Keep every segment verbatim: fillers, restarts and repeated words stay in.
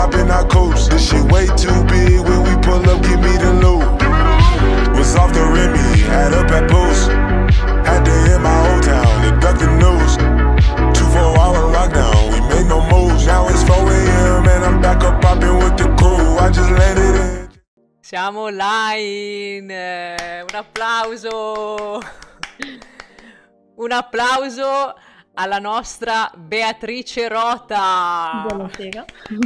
hop in our coast. This shit way too big. When we pull up, give me the loot. Was off the Remy, had up at post. Had to hit my old town to duck the news. Two four hour lockdown, we made no moves. Now it's four a.m. and I'm back up popping with the crew. I just landed in. Siamo online, eh, un applauso, un applauso alla nostra Beatrice Rota. Buonasera.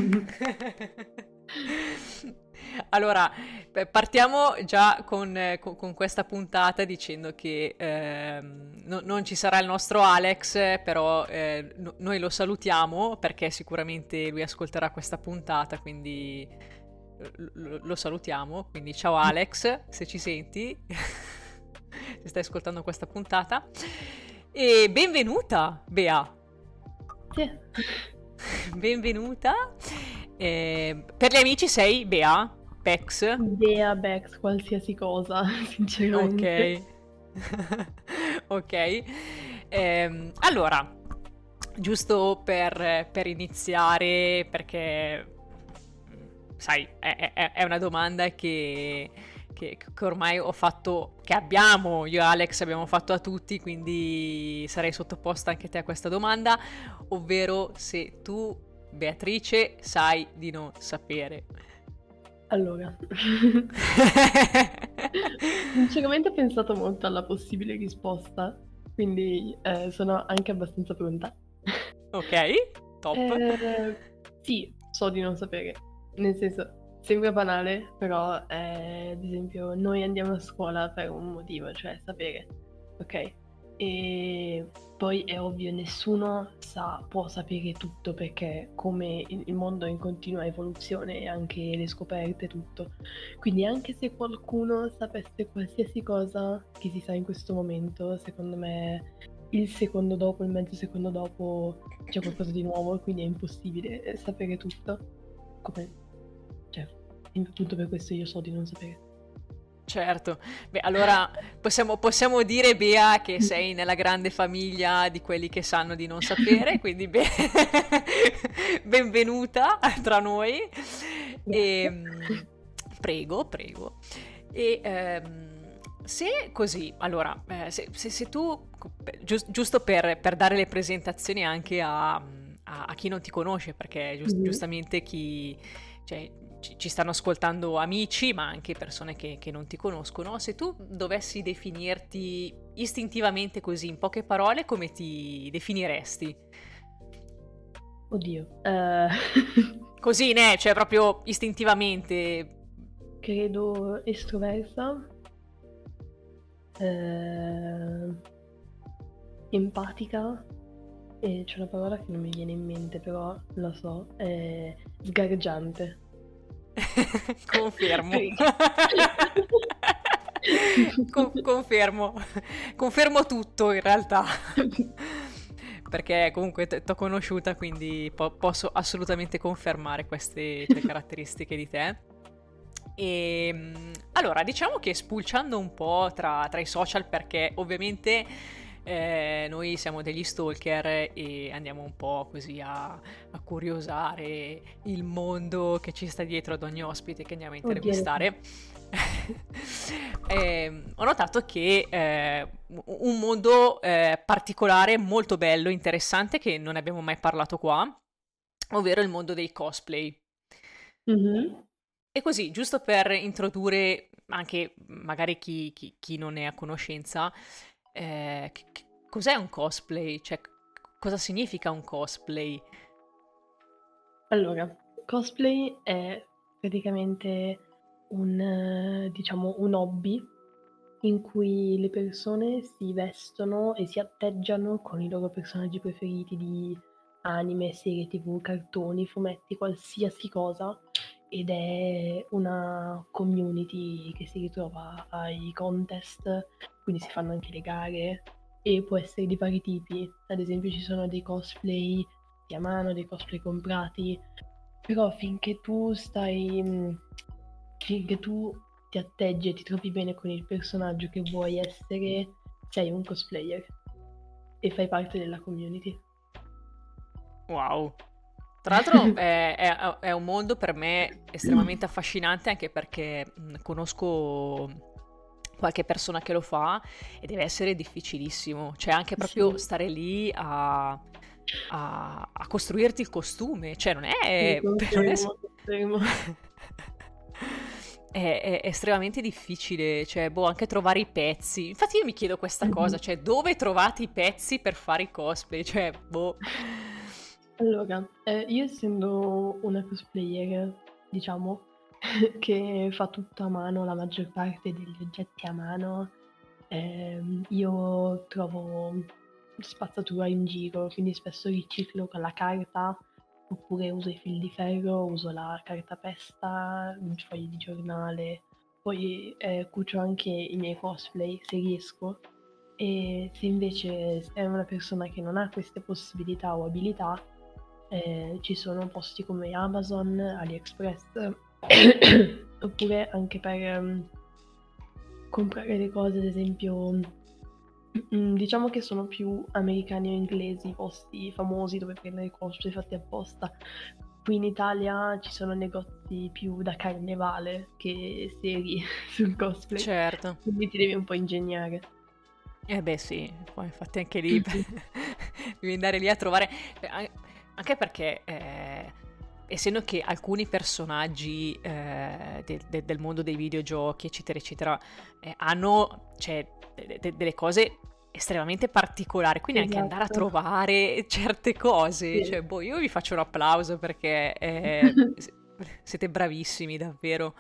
Allora, beh, partiamo già con, eh, con- con questa puntata dicendo che ehm, no- non ci sarà il nostro Alex, però eh, no- noi lo salutiamo perché sicuramente lui ascolterà questa puntata, quindi lo, lo- lo salutiamo. Quindi ciao Alex, se ci senti, se stai ascoltando questa puntata. E benvenuta, Bea. Sì. Benvenuta. Eh, per gli amici sei Bea, Bex. Bea, Bex, qualsiasi cosa, sinceramente. Ok. Ok. Ehm, allora, giusto per, per iniziare, perché sai, è, è- è una domanda che, che- che ormai ho fatto, che abbiamo, io e Alex abbiamo fatto a tutti, quindi sarei sottoposta anche te a questa domanda, ovvero se tu, Beatrice, sai di non sapere. Allora, sinceramente ho pensato molto alla possibile risposta, quindi eh, sono anche abbastanza pronta. Ok, top. Eh, sì, so di non sapere, nel senso, sembra banale, però eh, ad esempio noi andiamo a scuola per un motivo, cioè sapere, ok? E poi è ovvio, nessuno sa, può sapere tutto perché come il il mondo è in continua evoluzione e anche le scoperte, tutto. Quindi anche se qualcuno sapesse qualsiasi cosa che si sa in questo momento, secondo me il secondo dopo, il mezzo secondo dopo c'è qualcosa di nuovo, quindi è impossibile eh, sapere tutto. Come, cioè, appunto per questo io so di non sapere. Certo, beh, allora possiamo, possiamo dire, Bea, che sei nella grande famiglia di quelli che sanno di non sapere, quindi be- benvenuta tra noi. E, Grazie. prego, prego. E ehm, se così, allora, eh, se, se- se tu, gius- giusto per, per dare le presentazioni anche a, a- a chi non ti conosce, perché gius- Mhm. giustamente chi, cioè, ci, ci stanno ascoltando amici, ma anche persone che, che non ti conoscono, se tu dovessi definirti istintivamente così, in poche parole, come ti definiresti? Oddio. eh, Così, ne, cioè proprio istintivamente. Credo estroversa, eh, empatica, e c'è una parola che non mi viene in mente, però la so, è sgargiante. Confermo. Sì. Con- confermo. Confermo tutto in realtà. Perché comunque ti ho conosciuta, quindi po- posso assolutamente confermare queste tre caratteristiche di te. E mm, allora, diciamo che spulciando un po' tra, tra i social, perché ovviamente eh, noi siamo degli stalker e andiamo un po' così a, a curiosare il mondo che ci sta dietro ad ogni ospite che andiamo a Oddio, intervistare. Ehm, ho notato che eh, un mondo eh, particolare, molto bello, interessante, che non abbiamo mai parlato qua, ovvero il mondo dei cosplay. Mhm. E così, giusto per introdurre anche magari chi, chi- chi non è a conoscenza, eh, che- che- cos'è un cosplay? Cioè, c- cosa significa un cosplay? Allora, cosplay è praticamente un, eh, diciamo, un hobby in cui le persone si vestono e si atteggiano con i loro personaggi preferiti di anime, serie T V, cartoni, fumetti, qualsiasi cosa, ed è una community che si ritrova ai contest, quindi si fanno anche le gare e può essere di vari tipi. Ad esempio ci sono dei cosplay a mano, dei cosplay comprati, però finché tu stai, mh, finché tu ti atteggi e ti trovi bene con il personaggio che vuoi essere, sei un cosplayer e fai parte della community. Wow, Tra l'altro è, è- è un mondo per me estremamente affascinante anche perché mh, conosco qualche persona che lo fa e deve essere difficilissimo, cioè anche proprio Sì, stare lì a, a- a costruirti il costume, cioè non sì, è... non è confermo, confermo. È, è estremamente difficile, cioè, boh, anche trovare i pezzi. Infatti io mi chiedo questa cosa, cioè, dove trovate i pezzi per fare i cosplay? Cioè, boh. Allora, eh, io essendo una cosplayer, diciamo, che fa tutto a mano, la maggior parte degli oggetti a mano, ehm, io trovo spazzatura in giro, quindi spesso riciclo con la carta, oppure uso i fil di ferro, uso la cartapesta, i fogli di giornale, poi eh, cucio anche i miei cosplay se riesco. E se invece è una persona che non ha queste possibilità o abilità, eh, ci sono posti come Amazon, AliExpress, oppure anche per ehm, comprare le cose, ad esempio, mm, diciamo che sono più americani o inglesi i posti famosi dove prendere cosplay fatti apposta. Qui in Italia ci sono negozi più da carnevale che seri sul cosplay, Certo. quindi ti devi un po' ingegnare. Eh beh sì, poi infatti anche lì devi andare lì a trovare, beh, an- anche perché eh, essendo che alcuni personaggi eh, de- de- del mondo dei videogiochi eccetera eccetera eh, hanno cioè, de- de- delle cose estremamente particolari, quindi anche andare a Esatto, trovare certe cose, sì. cioè boh, io vi faccio un applauso perché eh, s- siete bravissimi davvero.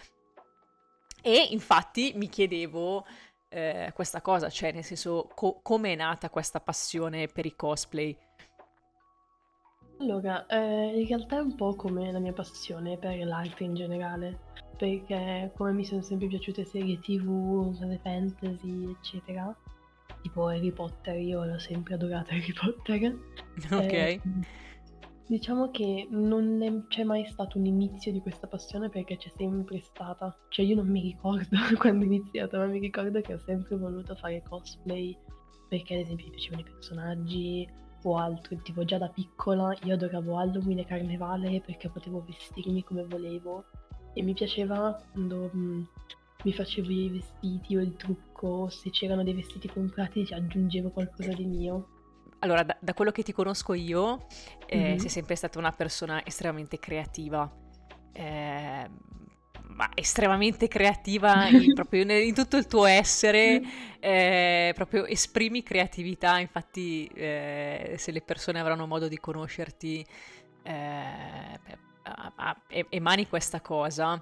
E infatti mi chiedevo eh, questa cosa, cioè nel senso co- come è nata questa passione per i cosplay? Allora, eh, in realtà è un po' come la mia passione per l'arte in generale, perché come mi sono sempre piaciute serie T V, cose fantasy, eccetera, tipo Harry Potter, io l'ho sempre adorato Harry Potter. Eh, Ok, diciamo che non è- c'è mai stato un inizio di questa passione perché c'è sempre stata. Cioè io non mi ricordo quando è iniziata, ma mi ricordo che ho sempre voluto fare cosplay perché ad esempio mi piacevano i personaggi o altro, tipo già da piccola io adoravo Halloween e Carnevale perché potevo vestirmi come volevo e mi piaceva quando mh, mi facevo i vestiti o il trucco, se c'erano dei vestiti comprati ci aggiungevo qualcosa di mio. allora da, da quello che ti conosco io eh, sei Mhm. sempre stata una persona estremamente creativa, eh, ma estremamente creativa in, proprio in, in tutto il tuo essere, eh, proprio esprimi creatività, infatti eh, se le persone avranno modo di conoscerti eh, a- a- e- emani questa cosa.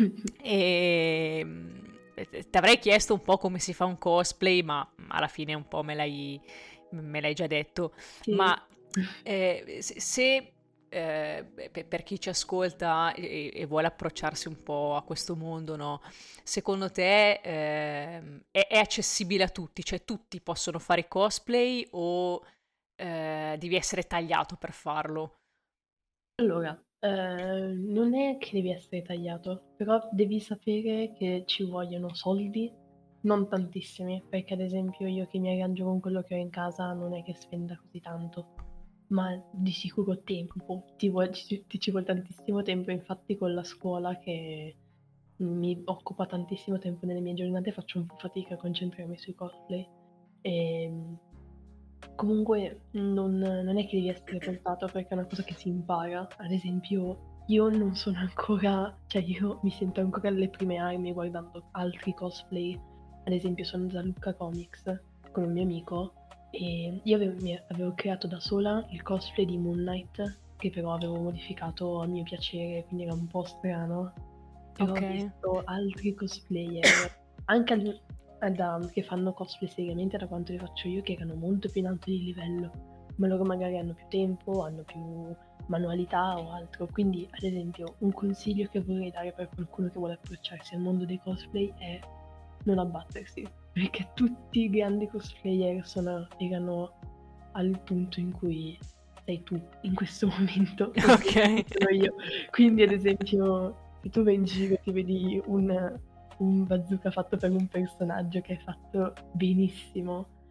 E ti avrei chiesto un po' come si fa un cosplay, ma alla fine un po' me l'hai, me l'hai già detto. Sì. Ma eh, se, se, eh, pe- per chi ci ascolta e, e vuole approcciarsi un po' a questo mondo, no? Secondo te ehm, è, è accessibile a tutti? Cioè tutti possono fare cosplay o eh, devi essere tagliato per farlo? Allora, eh, non è che devi essere tagliato, però devi sapere che ci vogliono soldi, non tantissimi, perché ad esempio io che mi arrangio con quello che ho in casa non è che spenda così tanto, ma di sicuro tempo, ti, vuoi- ci, ti ci vuole tantissimo tempo, infatti con la scuola che mi occupa tantissimo tempo nelle mie giornate faccio un po' fatica a concentrarmi sui cosplay. E, comunque non, non è che devi essere portato perché è una cosa che si impara. Ad esempio, io non sono ancora, cioè io mi sento ancora alle prime armi guardando altri cosplay. Ad esempio, sono da Lucca Comics con un mio amico e io avevo, mi- avevo creato da sola il cosplay di Moon Knight, che però avevo modificato a mio piacere, quindi era un po' strano. Però Ok. ho visto altri cosplayer, anche al- da- che fanno cosplay seriamente da quanto li faccio io, che erano molto più in alto di livello, ma loro magari hanno più tempo, hanno più manualità o altro. Quindi, ad esempio, un consiglio che vorrei dare per qualcuno che vuole approcciarsi al mondo dei cosplay è non abbattersi, perché tutti i grandi cosplayer sono, erano al punto in cui sei tu in questo momento, Ok. ovvero ci sono io. Quindi, ad esempio, se tu vai in giro e ti vedi un, un bazooka fatto per un personaggio che è fatto benissimo,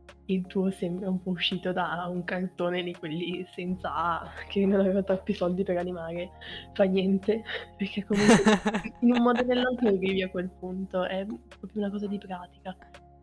il tuo sembra un po' uscito da un cartone di quelli senza che non aveva troppi soldi per animare, fa niente, perché comunque in un modo o nell'altro arrivi a quel punto, è proprio una cosa di pratica.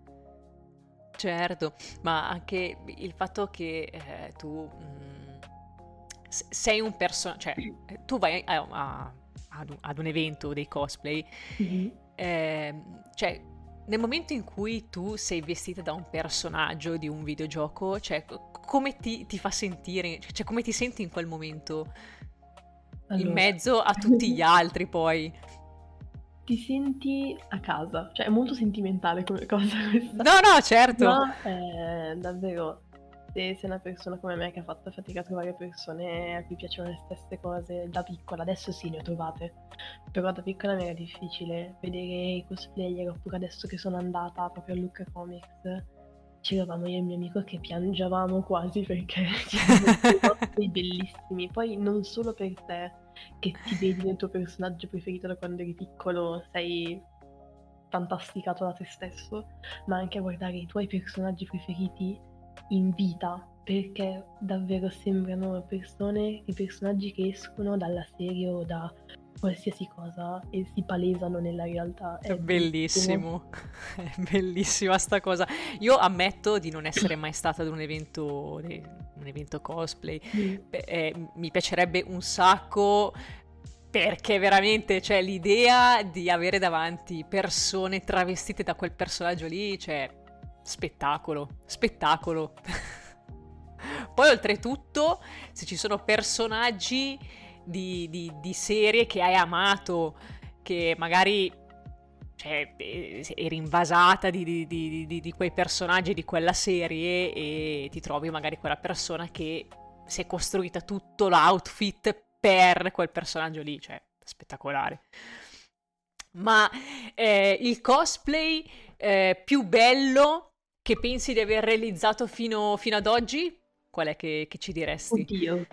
Certo, ma anche il fatto che eh, tu mh, s- sei un personaggio, cioè eh, tu vai a- a- ad, un, ad un evento dei cosplay, Mhm. ehm, cioè nel momento in cui tu sei vestita da un personaggio di un videogioco, cioè co- come ti, ti fa sentire, cioè come ti senti in quel momento in Allora, mezzo a tutti gli altri poi? ti senti a casa, cioè è molto sentimentale come cosa questa. No, no, certo. No, eh, davvero, se sei una persona come me che ha fatto fatica a trovare persone a cui piacciono le stesse cose da piccola, adesso sì ne ho trovate, però da piccola mi era difficile vedere i cosplayer, oppure adesso che sono andata proprio a Lucca Comics, c'eravamo io e il mio amico che piangevamo quasi perché c'erano dei cosplay bellissimi, poi non solo per te, che ti vedi nel tuo personaggio preferito da quando eri piccolo, sei fantasticato da te stesso, ma anche a guardare i tuoi personaggi preferiti in vita, perché davvero sembrano persone e personaggi che escono dalla serie o da qualsiasi cosa e si palesano nella realtà. È È bellissimo. bellissimo, è bellissima sta cosa. Io ammetto di non essere mai stata ad un evento, un evento cosplay. Mm. Beh, eh, mi piacerebbe un sacco perché veramente, cioè, l'idea di avere davanti persone travestite da quel personaggio lì, cioè, spettacolo, spettacolo. Poi oltretutto, se ci sono personaggi di, di, di serie che hai amato, che magari cioè, eh, eri invasata di, di, di, di, di quei personaggi di quella serie e ti trovi magari quella persona che si è costruita tutto l'outfit per quel personaggio lì, cioè spettacolare. Ma eh, il cosplay eh, più bello che pensi di aver realizzato fino, fino ad oggi? Qual è che, che ci diresti? Oddio.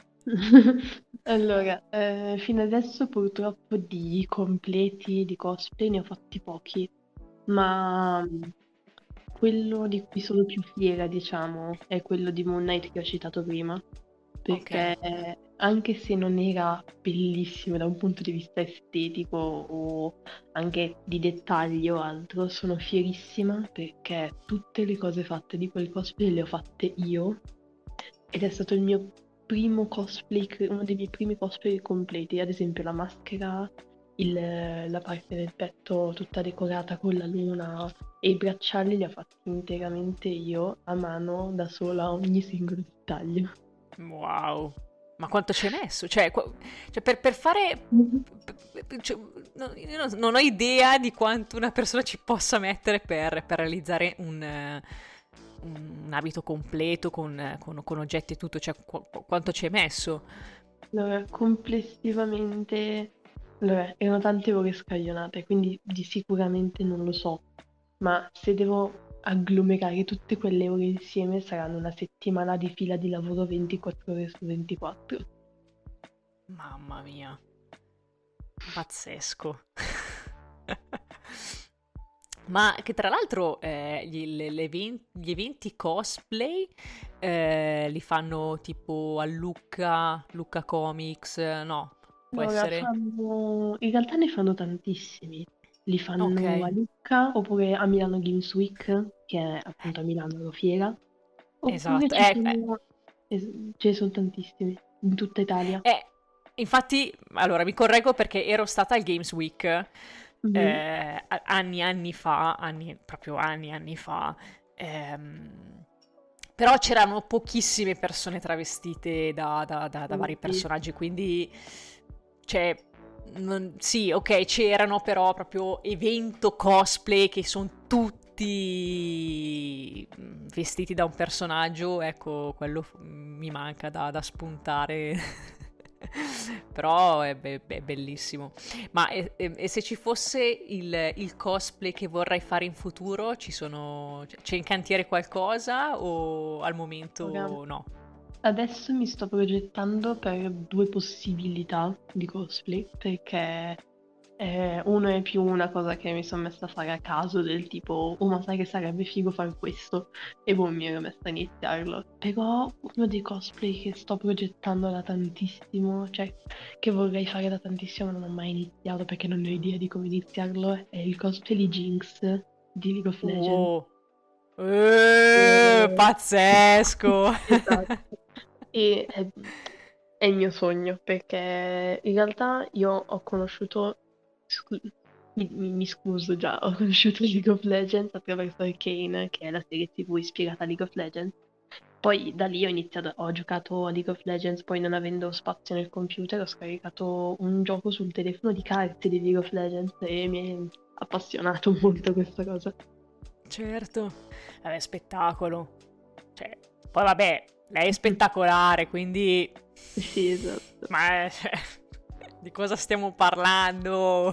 Allora, eh, fino adesso purtroppo di completi di cosplay ne ho fatti pochi, ma mm, quello di cui sono più fiera, diciamo, è quello di Moon Knight che ho citato prima, perché Ok. anche se non era bellissimo da un punto di vista estetico o anche di dettaglio o altro, sono fierissima perché tutte le cose fatte di quel cosplay le ho fatte io ed è stato il mio primo cosplay, cre- uno dei miei primi cosplay completi, ad esempio la maschera, il- la parte del petto tutta decorata con la luna e i bracciali li ho fatti interamente io, a mano, da sola, ogni singolo dettaglio. Wow, ma quanto ci hai messo? Cioè, qua- cioè, per, per fare... Mhm. p- p- cioè, no- io non, non ho idea di quanto una persona ci possa mettere per, per realizzare un, eh, un abito completo con, eh, con- con oggetti e tutto. Cioè, qu- qu- quanto ci hai messo? Allora, complessivamente, allora, erano tante ore scaglionate, quindi di sicuramente non lo so, ma se devo agglomerare tutte quelle ore insieme saranno una settimana di fila di lavoro ventiquattro ore su ventiquattro. Mamma mia, pazzesco. Ma che tra l'altro eh, gli, le- le even- gli eventi cosplay eh, li fanno tipo a Lucca, Lucca Comics, eh, no, può Allora, essere? fanno... in realtà ne fanno tantissimi. Li Ok, fanno a Lucca oppure a Milano Games Week, che è appunto a Milano la fiera, oppure esatto. ci Eh, eh, sono... es- ce ne sono tantissimi in tutta Italia. eh, infatti, allora mi correggo perché ero stata al Games Week Mhm. eh, a- anni anni fa, anni, proprio anni anni fa. ehm, Però c'erano pochissime persone travestite da, da- da- da vari Sì. personaggi, quindi, cioè, non- sì, ok, c'erano però proprio evento cosplay che sono tutti mm, vestiti da un personaggio, ecco, quello f- mi manca da, da spuntare. Però è, be- è bellissimo. Ma e, e- e se ci fosse il, il cosplay che vorrai fare in futuro, ci sono, c'è in cantiere qualcosa o al Ora, momento no? adesso mi sto progettando per due possibilità di cosplay, perché Eh, uno è più una cosa che mi sono messa a fare a caso, del tipo, oh ma sai che sarebbe figo fare questo, e boh, mi ero messa a iniziarlo. Però uno dei cosplay che sto progettando da tantissimo, cioè che vorrei fare da tantissimo ma non ho mai iniziato perché non ho idea di come iniziarlo, è il cosplay di Jinx di League of Legends. Wow. Eh, E- pazzesco! Esatto. E è, è il mio sogno perché in realtà io ho conosciuto, scu- mi, mi- mi scuso già, ho conosciuto League of Legends attraverso Arcane, che è la serie T V ispirata a League of Legends. Poi da lì ho iniziato, ho giocato a League of Legends, poi non avendo spazio nel computer ho scaricato un gioco sul telefono di carte di League of Legends e mi è appassionato molto questa cosa. Certo, è spettacolo. Cioè, poi vabbè, lei è spettacolare, quindi... Sì, esatto. Ma cioè, di cosa stiamo parlando?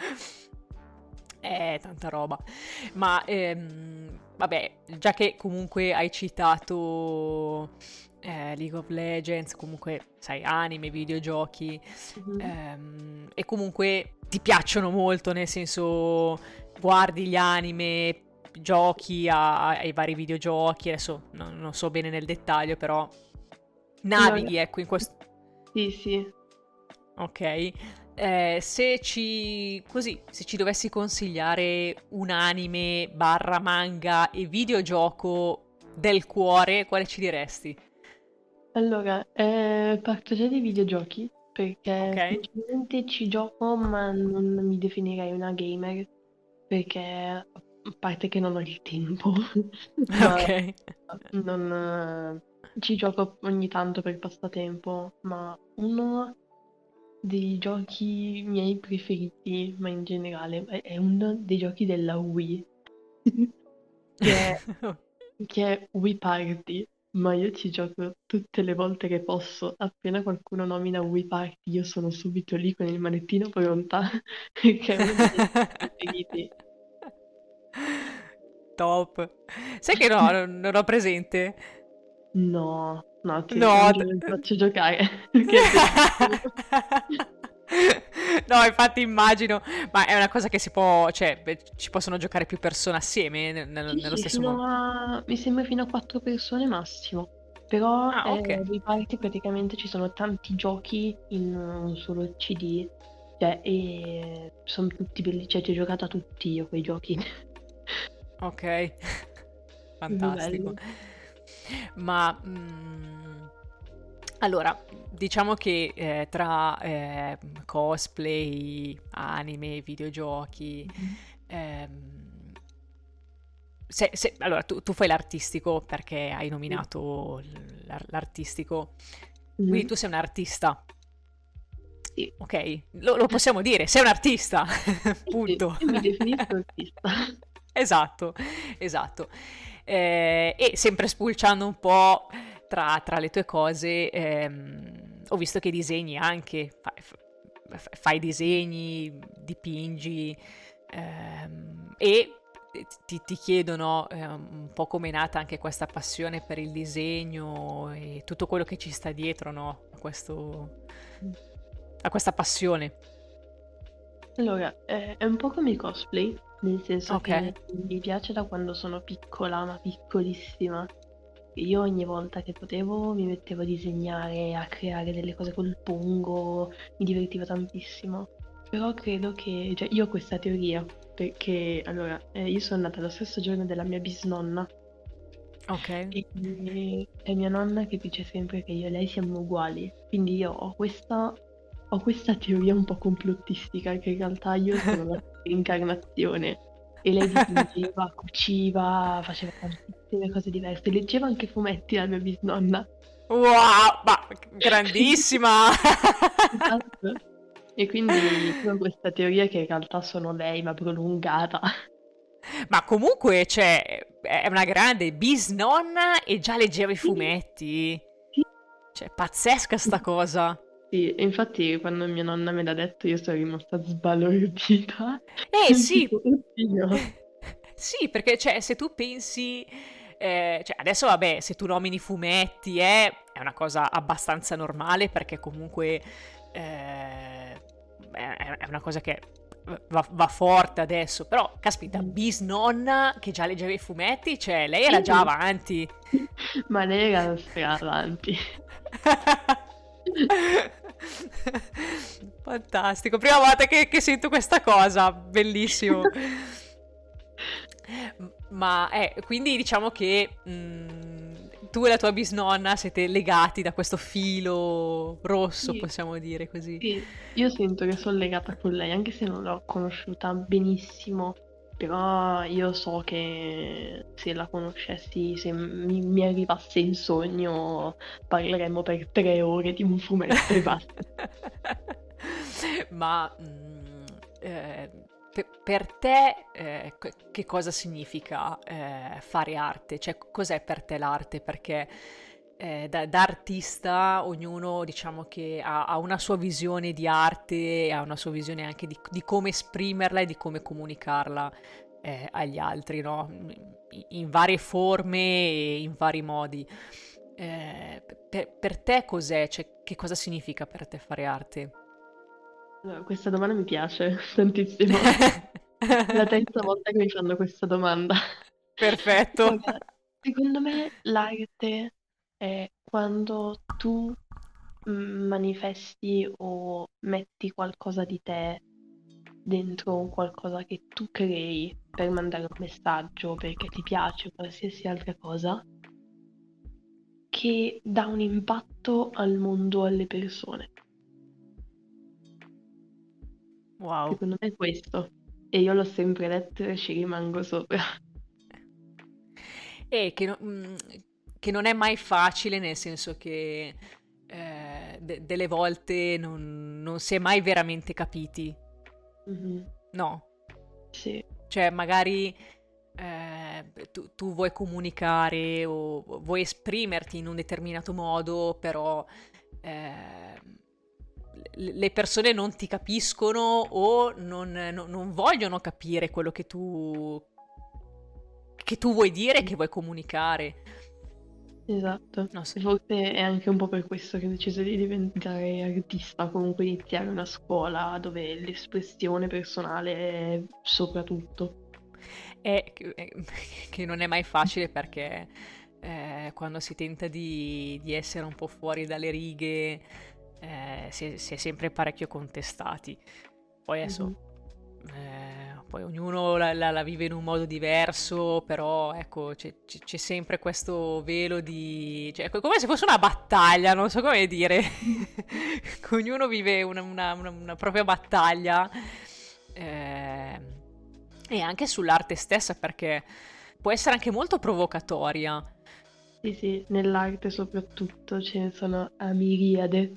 È tanta roba. Ma ehm, vabbè, già che comunque hai citato eh, League of Legends, comunque sai, anime, videogiochi, Mhm. ehm, e comunque ti piacciono molto, nel senso guardi gli anime, giochi a- ai vari videogiochi, adesso non, non so bene nel dettaglio, però navighi, ecco, in questo... Sì, sì. Ok. Eh, se ci così, se ci dovessi consigliare un anime barra manga e videogioco del cuore, quale ci diresti? Allora, eh, parto già dei videogiochi perché Ok? sinceramente ci gioco ma non mi definirei una gamer perché a parte che non ho il tempo, ma Ok. non, eh, ci gioco ogni tanto per passatempo, ma uno dei giochi miei preferiti, ma in generale, è, è uno dei giochi della Wii, che è, che è Wii Party, ma io ci gioco tutte le volte che posso. Appena qualcuno nomina Wii Party, io sono subito lì con il manettino pronta, perché è uno dei miei giochi preferiti. Top. Sai che no, non, non ho presente. No, no, ti, un No. d- giorno ti faccio giocare, perché è bellissimo. No, infatti immagino, ma è una cosa che si può, cioè, beh, ci possono giocare più persone assieme nel- nel- Sì, nello sì, stesso fino modo. a... mi sembra fino a quattro persone massimo. Però Ah, eh, ok. Wii Party praticamente ci sono tanti giochi in un solo C D. Cioè, e sono tutti belli, cioè ci ho giocato a tutti io quei giochi. Ok, Proprio fantastico. bello. Ma mm, allora, diciamo che eh, tra eh, cosplay, anime, videogiochi, Mhm. ehm, se- se- allora tu, tu fai l'artistico perché hai Sì. nominato l'ar- l'artistico, quindi Mhm. tu sei un artista, Sì, ok? Lo, lo possiamo dire, sei un artista, sì, sì, punto. io mi definisco artista. Esatto, esatto. Eh, e sempre spulciando un po' tra, tra le tue cose, ehm, ho visto che disegni anche, fai, fa- fai disegni, dipingi, ehm, e ti, ti chiedono eh, un po' com'è nata anche questa passione per il disegno e tutto quello che ci sta dietro, no? A questo, a questa passione. Allora, eh, è un po' come i cosplay, nel senso Ok. che mi piace da quando sono piccola, ma piccolissima. Io ogni volta che potevo mi mettevo a disegnare, a creare delle cose col pongo, mi divertiva tantissimo. Però credo che, cioè io ho questa teoria, perché allora, eh, io sono nata lo stesso giorno della mia bisnonna Ok. e è mia nonna che dice sempre che io e lei siamo uguali. Quindi io ho questa, ho questa teoria un po' complottistica, che in realtà io sono la sua incarnazione. E lei dipingeva, cuciva, faceva tantissime cose diverse. Leggeva anche fumetti la mia bisnonna. Wow, ma grandissima! Esatto. E quindi io ho questa teoria che in realtà sono lei, ma prolungata. Ma comunque, cioè, è una grande bisnonna e già leggeva i Sì, fumetti. sì. Cioè, pazzesca sta cosa. Sì, e infatti quando mia nonna me l'ha detto io sono rimasta sbalordita. Eh sì, Tipo, oddio. sì, perché cioè, se tu pensi, eh, cioè, adesso vabbè, se tu nomini fumetti eh, è una cosa abbastanza normale perché comunque eh, è è una cosa che va, va forte adesso, però caspita, Mm. bisnonna che già leggeva i fumetti, cioè lei era già Sì. avanti. Ma lei era stra avanti. Fantastico, prima volta che, che sento questa cosa, bellissimo. M- Ma eh, quindi diciamo che mh, tu e la tua bisnonna siete legati da questo filo rosso, Sì, possiamo dire così. sì, io sento che sono legata con lei, anche se non l'ho conosciuta benissimo, però io so che se la conoscessi, se mi, mi arrivasse in sogno, parleremmo per tre ore di un fumetto e basta. Ma mm, eh, pe- per te eh, que- che cosa significa eh, fare arte? Cioè, cos'è per te l'arte? Perché eh, da, da artista ognuno diciamo che ha, ha una sua visione di arte, ha una sua visione anche di, di come esprimerla e di come comunicarla eh, agli altri, no? In, in varie forme e in vari modi. Eh, per, per te cos'è? Cioè, che cosa significa per te fare arte? Allora, questa domanda mi piace tantissimo. È la terza volta che mi fanno questa domanda. Perfetto. Guarda, secondo me l'arte è quando tu mm, manifesti o metti qualcosa di te dentro un qualcosa che tu crei per mandare un messaggio, perché ti piace o qualsiasi altra cosa, che dà un impatto al mondo, alle persone. Wow. Secondo me è questo. E io l'ho sempre detto e ci rimango sopra. E che, no- mm, che non è mai facile, nel senso che eh, de- delle volte non, non si è mai veramente capiti, Mhm. no? Sì, Cioè, magari eh, tu, tu vuoi comunicare o vuoi esprimerti in un determinato modo, però eh, le le persone non ti capiscono o non, non- non vogliono capire quello che tu, che tu vuoi dire e che vuoi comunicare. esatto. Non so. E forse è anche un po' per questo che ho deciso di diventare artista, comunque iniziare una scuola dove l'espressione personale è soprattutto. È che è- che non è mai facile perché eh, quando si tenta di, di essere un po' fuori dalle righe eh, si, è, si è sempre parecchio contestati. Poi Mhm. adesso, eh, poi ognuno la, la- la vive in un modo diverso, però ecco, c'è, c'è- c'è sempre questo velo di... cioè, è come se fosse una battaglia, non so come dire. Ognuno vive una, una- una- una propria battaglia. eh, e anche sull'arte stessa, perché può essere anche molto provocatoria. Sì, sì, nell'arte soprattutto ce ne sono a miriade.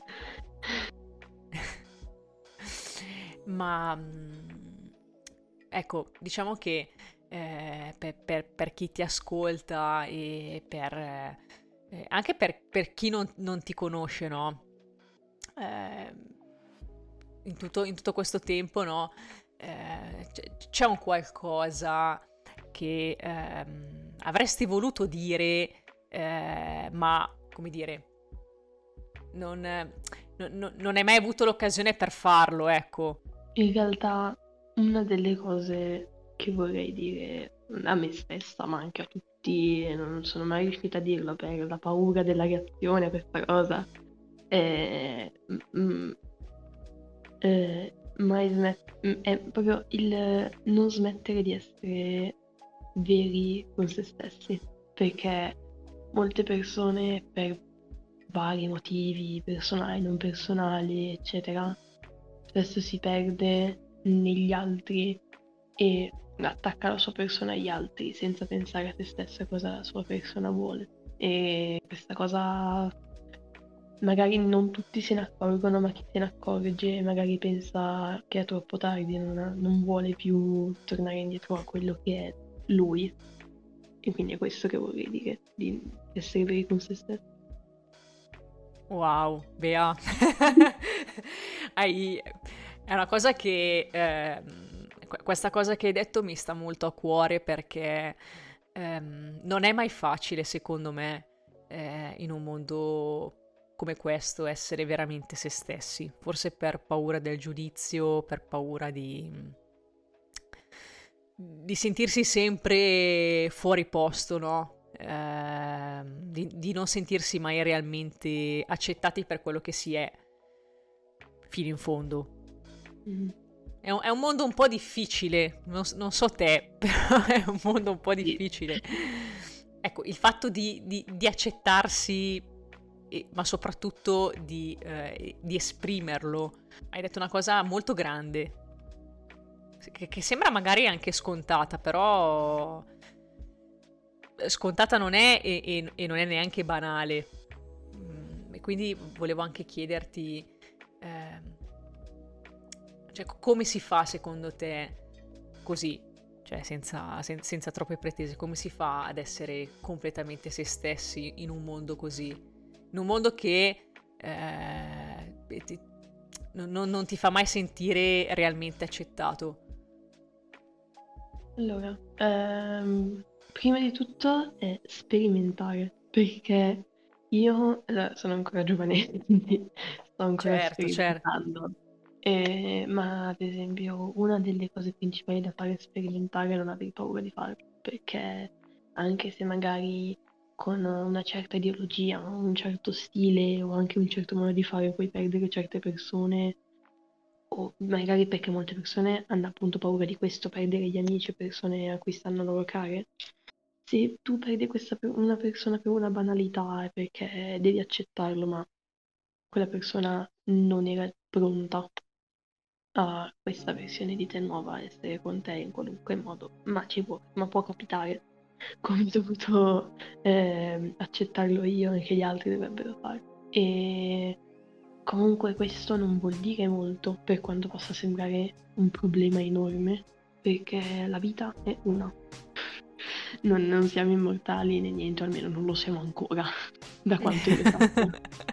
Ma mm, ecco, diciamo che eh, per, per- per chi ti ascolta e per, eh, eh, anche per, per chi non, non ti conosce, no? Eh, in tutto, in tutto questo tempo, no? Eh, c'è, c'è un qualcosa che ehm, avresti voluto dire, eh, ma come dire, non, non, non- non hai mai avuto l'occasione per farlo, ecco. In realtà una delle cose che vorrei dire a me stessa, ma anche a tutti, e non sono mai riuscita a dirlo per la paura della reazione a questa cosa, è, mm, eh, mai smet- mm, è proprio il non smettere di essere veri con se stessi, perché molte persone per vari motivi personali, non personali, eccetera, spesso si perde negli altri e attacca la sua persona agli altri senza pensare a se stessa cosa la sua persona vuole. E questa cosa magari non tutti se ne accorgono, ma chi se ne accorge magari pensa che è troppo tardi, non, ha- non vuole più tornare indietro a quello che è lui. E quindi è questo che vorrei dire, di essere veri con se stessi. Wow, Bea. Hai... È una cosa che... ehm, que- questa cosa che hai detto mi sta molto a cuore perché ehm, non è mai facile, secondo me, eh, in un mondo come questo, essere veramente se stessi, forse per paura del giudizio, per paura di, di sentirsi sempre fuori posto, no? Eh, di, di non sentirsi mai realmente accettati per quello che si è fino in fondo. Mm. È un, è un mondo un po' difficile, non, s- non so te, però è un mondo un po' Sì. difficile. Ecco, il fatto di, di- di accettarsi, e- ma soprattutto di, eh, di esprimerlo. Hai detto una cosa molto grande, che, che sembra magari anche scontata, però eh, scontata non è e, e- e non è neanche banale. Mm, e quindi volevo anche chiederti, ehm, cioè, co- come si fa secondo te così? Cioè, senza, sen- senza troppe pretese, come si fa ad essere completamente se stessi in un mondo così? In un mondo che eh, ti- non, non- non ti fa mai sentire realmente accettato. Allora, ehm, prima di tutto è sperimentare, perché io allora, sono ancora giovane, quindi sto ancora Certo, certo. sperimentando. Eh, ma ad esempio, una delle cose principali da fare è sperimentare e non aver paura di farlo, perché anche se magari con una certa ideologia, un certo stile o anche un certo modo di fare puoi perdere certe persone o magari perché molte persone hanno appunto paura di questo, perdere gli amici o persone a cui stanno loro care. Se tu perdi questa per- una persona per una banalità è perché devi accettarlo, ma quella persona non era pronta a questa versione di te nuova, a essere con te in qualunque modo, ma ci può, ma può capitare. Come ho dovuto ehm, accettarlo io e che gli altri dovrebbero fare. E comunque questo non vuol dire molto, per quanto possa sembrare un problema enorme, perché la vita è una. Non, non siamo immortali né niente, almeno non lo siamo ancora, da quanto io sappia.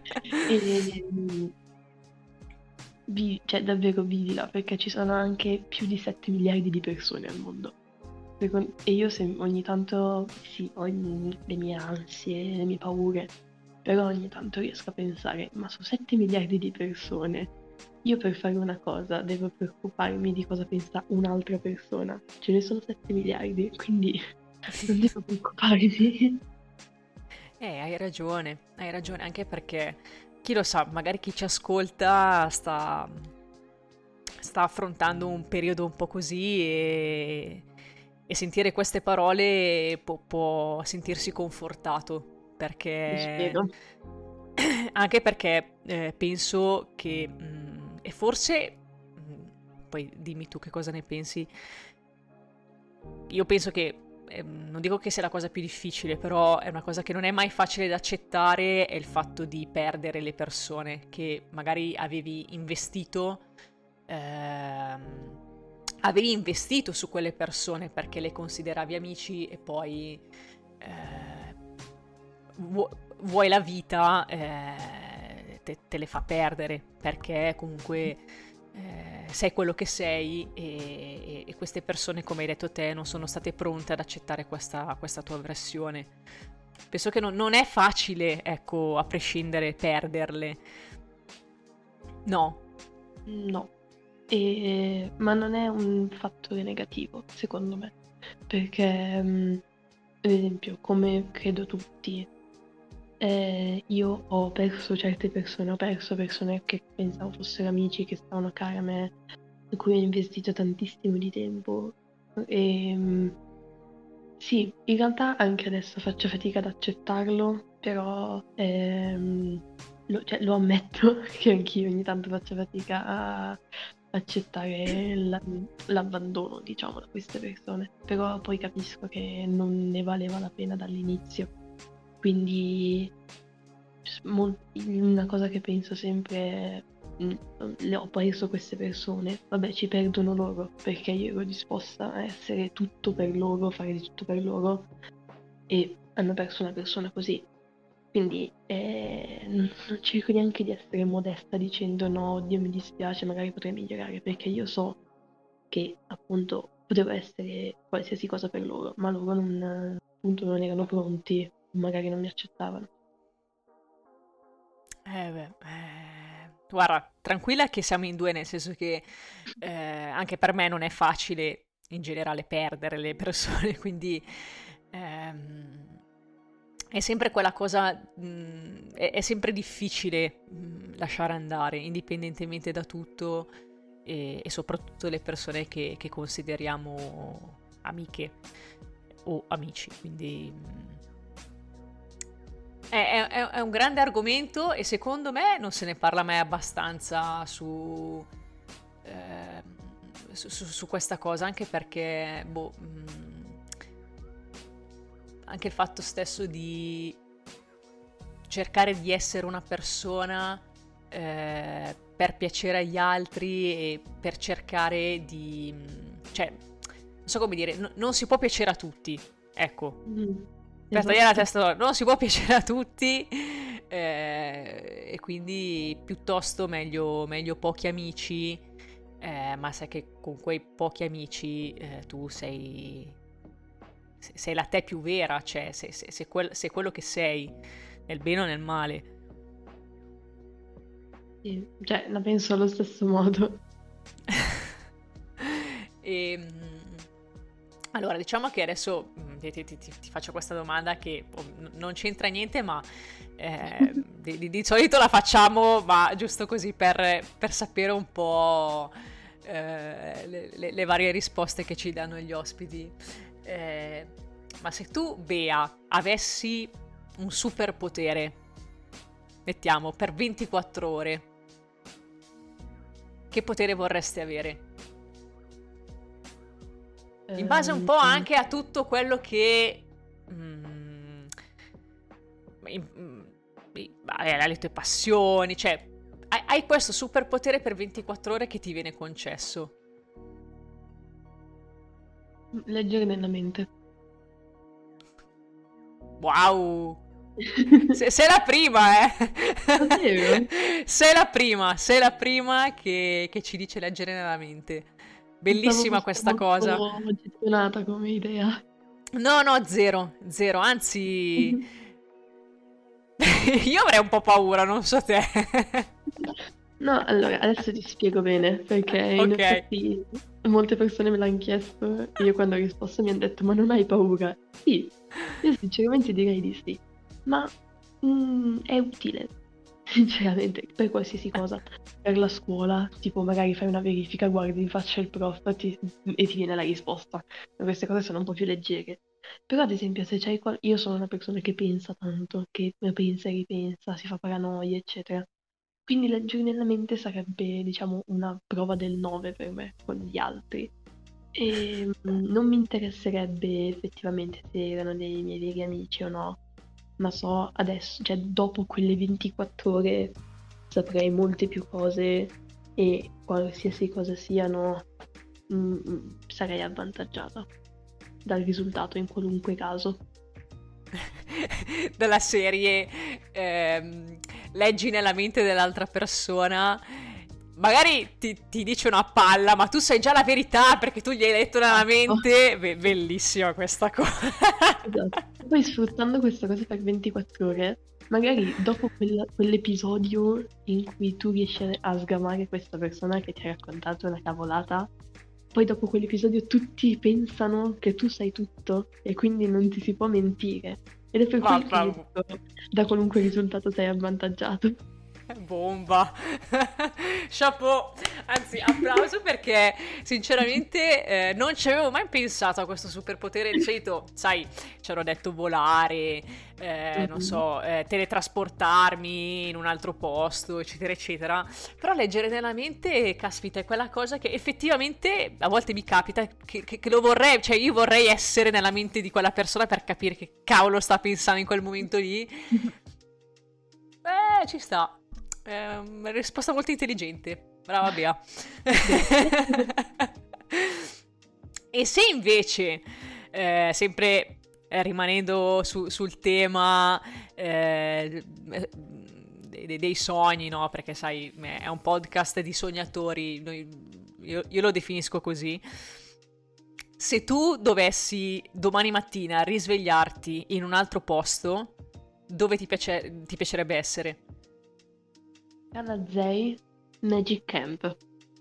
E mm, vi- cioè, davvero vivila, perché ci sono anche più di sette miliardi di persone al mondo. Secon- E io se- ogni tanto, sì, ho i mi- le mie ansie, le mie paure, però ogni tanto riesco a pensare, ma su sette miliardi di persone, io per fare una cosa devo preoccuparmi di cosa pensa un'altra persona. Ce ne sono sette miliardi, quindi non devo preoccuparmi. Eh, hai ragione, hai ragione, anche perché chi lo sa, magari chi ci ascolta sta, sta affrontando un periodo un po' così e, e sentire queste parole può, può sentirsi confortato, Lo perché spero. anche perché eh, penso che, mm, e forse, mm, poi dimmi tu che cosa ne pensi, io penso che, ehm, non dico che sia la cosa più difficile, però è una cosa che non è mai facile da accettare, è il fatto di perdere le persone che magari avevi investito, ehm, avevi investito su quelle persone perché le consideravi amici e poi eh, vu- vuoi la vita, eh, te, te le fa perdere perché comunque eh, sei quello che sei e, e queste persone, come hai detto te, non sono state pronte ad accettare questa, questa tua versione. Penso che non, non è facile, ecco, a prescindere, perderle. No. No. E- Ma non è un fattore negativo, secondo me, perché, mm, ad esempio, come credo tutti, eh, io ho perso certe persone, ho perso persone che pensavo fossero amici, che stavano care a me, in cui ho investito tantissimo di tempo. E mm, sì, in realtà anche adesso faccio fatica ad accettarlo, però ehm, lo, cioè, lo ammetto che anch'io ogni tanto faccio fatica a accettare la- l'abbandono, diciamo, da queste persone, però poi capisco che non ne valeva la pena dall'inizio. Quindi mol- una cosa che penso sempre è, "Mm, le ho preso queste persone, vabbè ci perdono loro perché io ero disposta a essere tutto per loro, fare di tutto per loro e hanno perso una persona così. Quindi eh, non, non cerco neanche di essere modesta dicendo no, Dio mi dispiace, magari potrei migliorare, perché io so che appunto potevo essere qualsiasi cosa per loro, ma loro non, appunto non erano pronti, magari non mi accettavano. Eh, Eh beh, eh, guarda, tranquilla che siamo in due, nel senso che eh, anche per me non è facile in generale perdere le persone, quindi ehm, è sempre quella cosa, mh, è, è sempre difficile mh, lasciare andare, indipendentemente da tutto, e, e soprattutto le persone che, che consideriamo amiche o amici, quindi... mh, È, è- è un grande argomento e secondo me non se ne parla mai abbastanza su, ehm, su, su- su questa cosa, anche perché, boh, mh, anche il fatto stesso di cercare di essere una persona eh, per piacere agli altri e per cercare di... mh, cioè, non so come dire, no- non si può piacere a tutti, ecco. Mm, Per tagliare la esatto. testa, non si può piacere a tutti, eh, e quindi piuttosto meglio, meglio pochi amici, eh, ma sai che con quei pochi amici eh, tu sei, se- sei la te più vera, cioè sei, sei- sei quel- sei quello che sei, nel bene o nel male. Sì, cioè, la penso allo stesso modo. E, mm, allora, diciamo che adesso mm, ti, ti- ti- ti faccio questa domanda che oh, n- non c'entra niente, ma eh, di, di- di solito la facciamo, ma giusto così per, per sapere un po' eh, le, le- le varie risposte che ci danno gli ospiti. Eh, ma se tu, Bea, avessi un superpotere, mettiamo, per ventiquattro ore, che potere vorresti avere? In base un po' Ehm, anche a tutto quello che... mm, in- mm, i- vabbè, le tue passioni, cioè... Hai, hai questo superpotere per ventiquattro ore che ti viene concesso. leggere nella mente. Wow! Se- Sei la prima, eh! Davvero? Sei la prima, sei la prima che, che ci dice leggere nella mente. Pensavo Bellissima fosse questa cosa. molto gettonata come idea. No, no, zero, zero, anzi... Io avrei un po' paura, non so te. No, allora, adesso ti spiego bene, perché in Ok. effetti molte persone me l'hanno chiesto e io quando ho risposto mi hanno detto, ma non hai paura? Sì, io sinceramente direi di sì, ma mm, è utile, sinceramente, per qualsiasi cosa. Per la scuola, tipo magari fai una verifica, guardi in faccia il prof ti- e ti viene la risposta. Queste cose sono un po' più leggere. Però ad esempio se c'hai qual... io sono una persona che pensa tanto, che pensa e ripensa, si fa paranoia, eccetera. Quindi leggere nella mente sarebbe, diciamo, una prova del nove per me con gli altri. E mm, non mi interesserebbe effettivamente se erano dei miei veri amici o no, ma so adesso, cioè dopo quelle ventiquattro ore saprei molte più cose e qualsiasi cosa siano, mm, mm, sarei avvantaggiata dal risultato in qualunque caso. Della serie ehm, leggi nella mente dell'altra persona, magari ti, ti dice una palla, ma tu sai già la verità perché tu gli hai letto nella Esatto. mente. Be- bellissima questa cosa. Esatto. Poi sfruttando questa cosa per ventiquattro ore, magari dopo quel- quell'episodio in cui tu riesci a a sgamare questa persona che ti ha raccontato una cavolata, poi dopo quell'episodio tutti pensano che tu sai tutto e quindi non ti si può mentire. Ed è per quel che io Mamma, dico, da qualunque risultato sei avvantaggiato. bomba. Chapeau. Anzi, applauso perché sinceramente eh, non ci avevo mai pensato a questo superpotere. Di solito, sai, ci hanno detto volare, eh, non Mhm. so, eh, teletrasportarmi in un altro posto, eccetera, eccetera. Però leggere nella mente, caspita, è quella cosa che effettivamente a volte mi capita che, che- che lo vorrei, cioè io vorrei essere nella mente di quella persona per capire che cavolo sta pensando in quel momento lì. Eh, ci sta. È una risposta molto intelligente. Brava Bea. E se invece, eh, sempre eh, rimanendo su- sul tema eh, dei, dei sogni, no? Perché sai, è un podcast di sognatori, noi- io, io lo definisco così. Se tu dovessi domani mattina risvegliarti in un altro posto, dove ti, piace- ti piacerebbe essere? Canazei Magic Camp.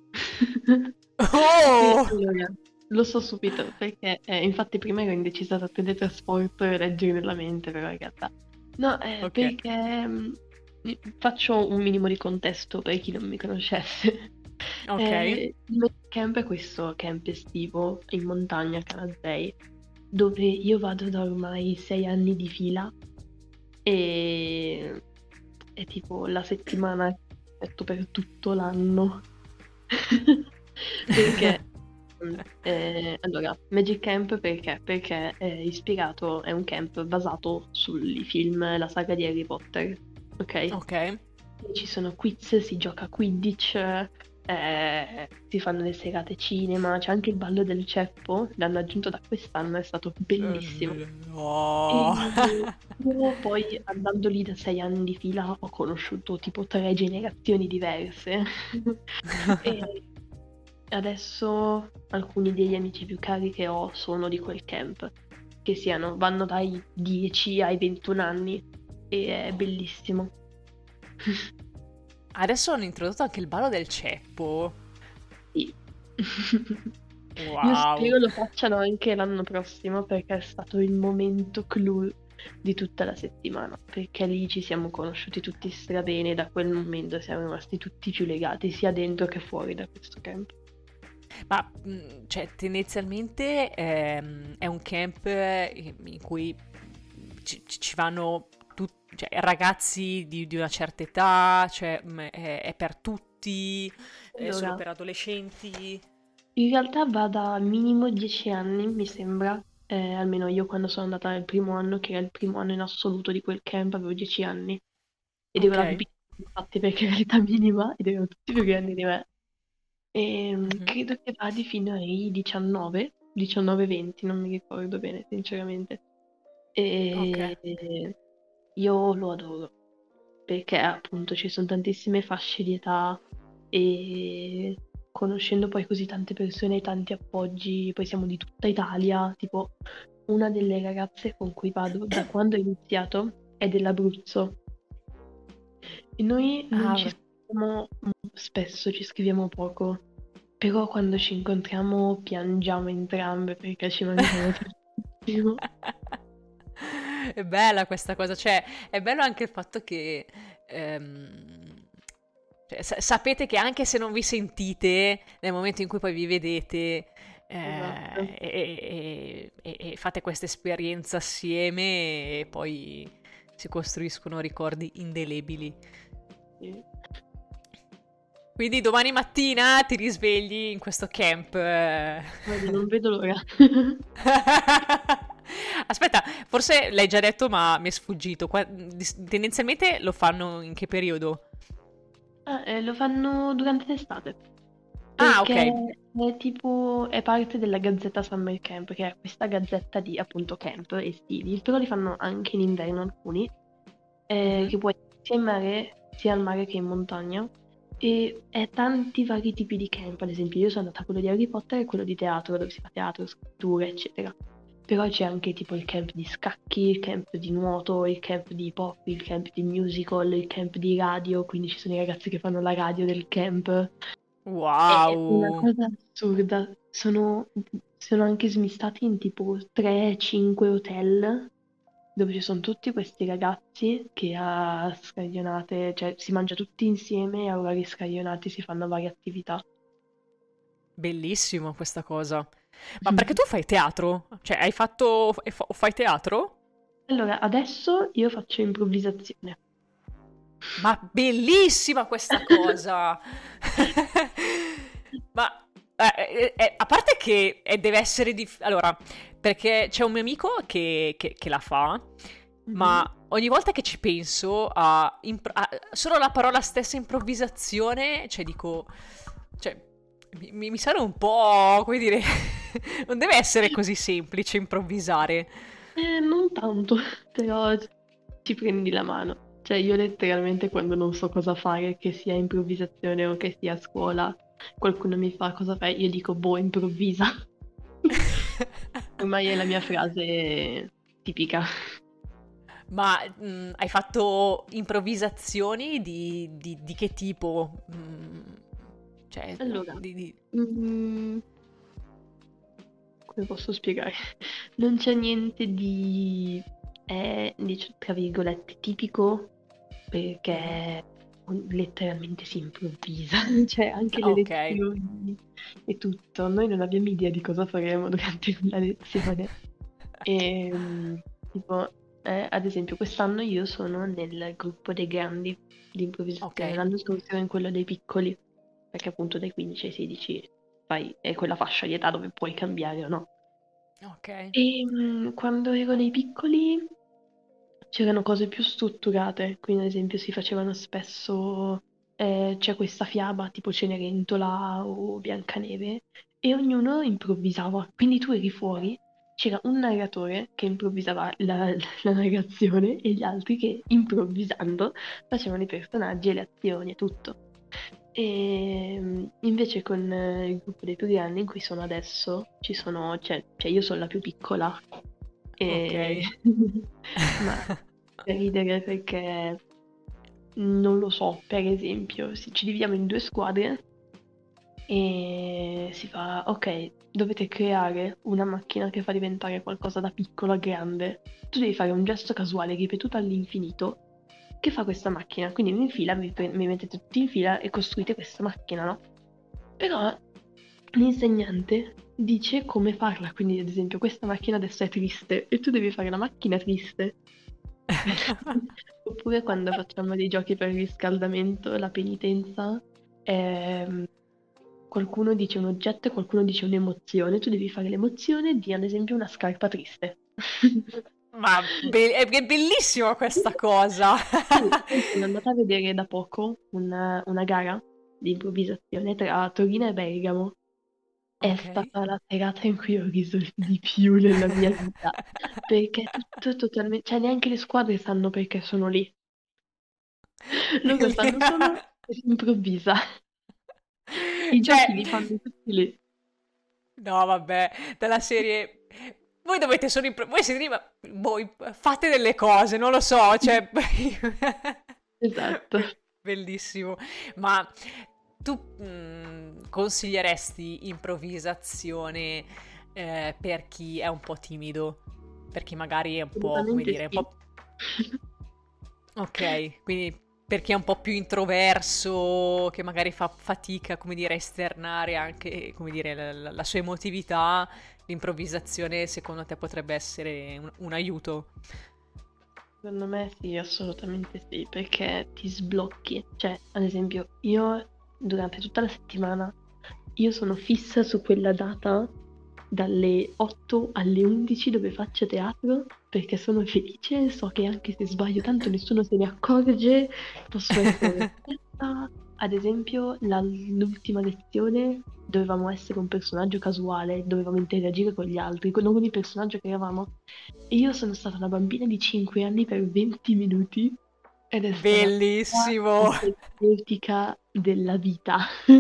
Oh! Sì, allora, lo so subito perché eh, infatti prima ero indecisa tra teletrasporto e leggere nella mente, però in realtà no, eh, Ok. perché mm, faccio un minimo di contesto per chi non mi conoscesse. Ok. Eh, il Magic Camp è questo camp estivo in montagna a Canazei, dove io vado da ormai sei anni di fila e è tipo la settimana che aspetto per tutto l'anno. Perché mm, eh, allora, Magic Camp perché? Perché è ispirato, è un camp basato sui film, la saga di Harry Potter, ok? Ok. Ci sono quiz, si gioca a Quidditch, eh, si fanno le serate cinema, c'è anche il ballo del ceppo, l'hanno aggiunto da quest'anno, è stato bellissimo. Oh. E io poi andando lì da sei anni di fila ho conosciuto tipo tre generazioni diverse. E adesso alcuni degli amici più cari che ho sono di quel camp, che siano, vanno dai dieci ai ventuno anni e è bellissimo. Adesso hanno introdotto anche il ballo del ceppo. Sì. Io Wow. spero lo facciano anche l'anno prossimo perché è stato il momento clou di tutta la settimana, perché lì ci siamo conosciuti tutti strabene e da quel momento siamo rimasti tutti più legati sia dentro che fuori da questo camp. Ma mh, cioè, tendenzialmente ehm, è un camp eh, in cui ci, ci- ci vanno tut- cioè, ragazzi di, di una certa età, cioè mh, è, è per tutti, è solo Allora, per adolescenti. in realtà va da minimo dieci anni, mi sembra. Eh, almeno io quando sono andata nel primo anno, che era il primo anno in assoluto di quel camp, avevo dieci anni. Ed ero Ok. la più piccola, infatti, perché era l'età minima ed erano tutti più grandi di me. E Mhm. credo che vadi fino ai diciannove, diciannove venti, non mi ricordo bene, sinceramente. Ok. E io lo adoro, perché appunto ci sono tantissime fasce di età e conoscendo poi così tante persone e tanti appoggi, poi siamo di tutta Italia, tipo una delle ragazze con cui vado da quando ho iniziato è dell'Abruzzo e noi non ci Ah, scriviamo spesso, ci scriviamo poco, però quando ci incontriamo piangiamo entrambe perché ci manchiamo tantissimo. è bella questa cosa, cioè è bello anche il fatto che ehm, cioè, sa- sapete che anche se non vi sentite, nel momento in cui poi vi vedete Esatto. eh, e, e- e- e fate questa esperienza assieme e poi si costruiscono ricordi indelebili. Sì. Quindi domani mattina ti risvegli in questo camp. eh. Guarda, non vedo l'ora. Aspetta, forse l'hai già detto, ma mi è sfuggito. Qua- dis- tendenzialmente lo fanno in che periodo? Ah, eh, lo fanno durante l'estate, Ah, perché ok. è tipo, è parte della Gazzetta Summer Camp, che è questa gazzetta di appunto camp estivi, però li fanno anche in inverno alcuni, eh, Mhm. che puoi sia in mare, sia al mare che in montagna, e è tanti vari tipi di camp, ad esempio io sono andata a quello di Harry Potter e quello di teatro, dove si fa teatro, scrittura, eccetera. Però c'è anche tipo il camp di scacchi, il camp di nuoto, il camp di hip hop, il camp di musical, il camp di radio, quindi ci sono i ragazzi che fanno la radio del camp. È una Wow. cosa assurda. Sono, sono anche smistati in tipo tre cinque hotel dove ci sono tutti questi ragazzi che a scaglionate, cioè si mangia tutti insieme e a orari scaglionati si fanno varie attività. Bellissimo questa cosa. Ma perché tu fai teatro? Cioè, hai fatto... e fa- fai teatro? Allora, adesso io faccio improvvisazione. Ma bellissima questa cosa! Ma eh, eh, eh, a parte che eh, deve essere difficile. Allora, perché c'è un mio amico che, che- che la fa, Mhm. ma ogni volta che ci penso a, impro- a- solo la parola stessa improvvisazione, cioè dico, cioè, mi, mi mi sale un po', come dire, non deve essere così semplice improvvisare. Eh, non tanto, però ci prendi la mano. Cioè, io letteralmente quando non so cosa fare, che sia improvvisazione o che sia a scuola, qualcuno mi fa cosa fai, io dico, boh, improvvisa. Ormai è la mia frase tipica. Ma mh, hai fatto improvvisazioni di, di- di che tipo? Mm, cioè, Allora, di, di- mm, come posso spiegare? Non c'è niente di, eh, dic- tra virgolette, tipico Mhm. perché letteralmente si improvvisa, cioè anche le Ok, lezioni e tutto. Noi non abbiamo idea di cosa faremo durante la lezione. E, mm, tipo, eh, ad esempio, quest'anno io sono nel gruppo dei grandi di ok, improvvisazione, l'anno scorso ero in quello dei piccoli, perché appunto dai quindici ai sedici fai, è quella fascia di età dove puoi cambiare o no. ok, E mm, quando ero nei piccoli c'erano cose più strutturate, quindi ad esempio si facevano spesso, eh, c'è questa fiaba tipo Cenerentola o Biancaneve e ognuno improvvisava, quindi tu eri fuori, c'era un narratore che improvvisava la, la narrazione e gli altri che improvvisando facevano i personaggi e le azioni e tutto. E mm, invece con eh, il gruppo dei più grandi in cui sono adesso, ci sono, cioè, cioè io sono la più piccola ok. e... ma fa ridere perché non lo so, per esempio, se ci dividiamo in due squadre e si fa, ok, dovete creare una macchina che fa diventare qualcosa da piccolo a grande. Tu devi fare un gesto casuale ripetuto all'infinito che fa questa macchina. Quindi in fila, vi, pre- vi mettete tutti in fila e costruite questa macchina, no? Però l'insegnante dice come farla. Quindi, ad esempio, questa macchina adesso è triste e tu devi fare la macchina triste. Oppure quando facciamo dei giochi per il riscaldamento, la penitenza, ehm, qualcuno dice un oggetto e qualcuno dice un'emozione, tu devi fare l'emozione di, ad esempio, una scarpa triste. Ma be- è è bellissima questa cosa. Sì, poi sono andata a vedere da poco una, una gara di improvvisazione tra Torino e Bergamo. È Ok. stata la serata in cui ho riso di più nella mia vita, perché è tutto totalmente, cioè neanche le squadre sanno perché sono lì. Loro Belli- sanno solo che si improvvisa. I Cioè, giochi li fanno tutti lì. no, vabbè, della serie. Voi dovete solo impro- voi siete lì, ma voi fate delle cose, non lo so, cioè. Esatto. Be- Bellissimo. Ma tu mh, consiglieresti improvvisazione eh, per chi è un po' timido? Per chi magari è un po', come Assolutamente dire, un sì. po'. Ok, quindi per chi è un po' più introverso, che magari fa fatica, come dire, a esternare anche, come dire, la, la- la sua emotività, l'improvvisazione secondo te potrebbe essere un, un aiuto? Secondo me sì, assolutamente sì, perché ti sblocchi. Cioè, ad esempio, io durante tutta la settimana, io sono fissa su quella data dalle otto alle undici dove faccio teatro, perché sono felice, so che anche se sbaglio tanto nessuno se ne accorge, posso essere perfetta. Ad esempio, la- l'ultima lezione dovevamo essere un personaggio casuale, dovevamo interagire con gli altri, non con il personaggio che eravamo. E io sono stata una bambina di cinque anni per venti minuti ed è stata la cosa Bellissimo! più terapeutica della vita.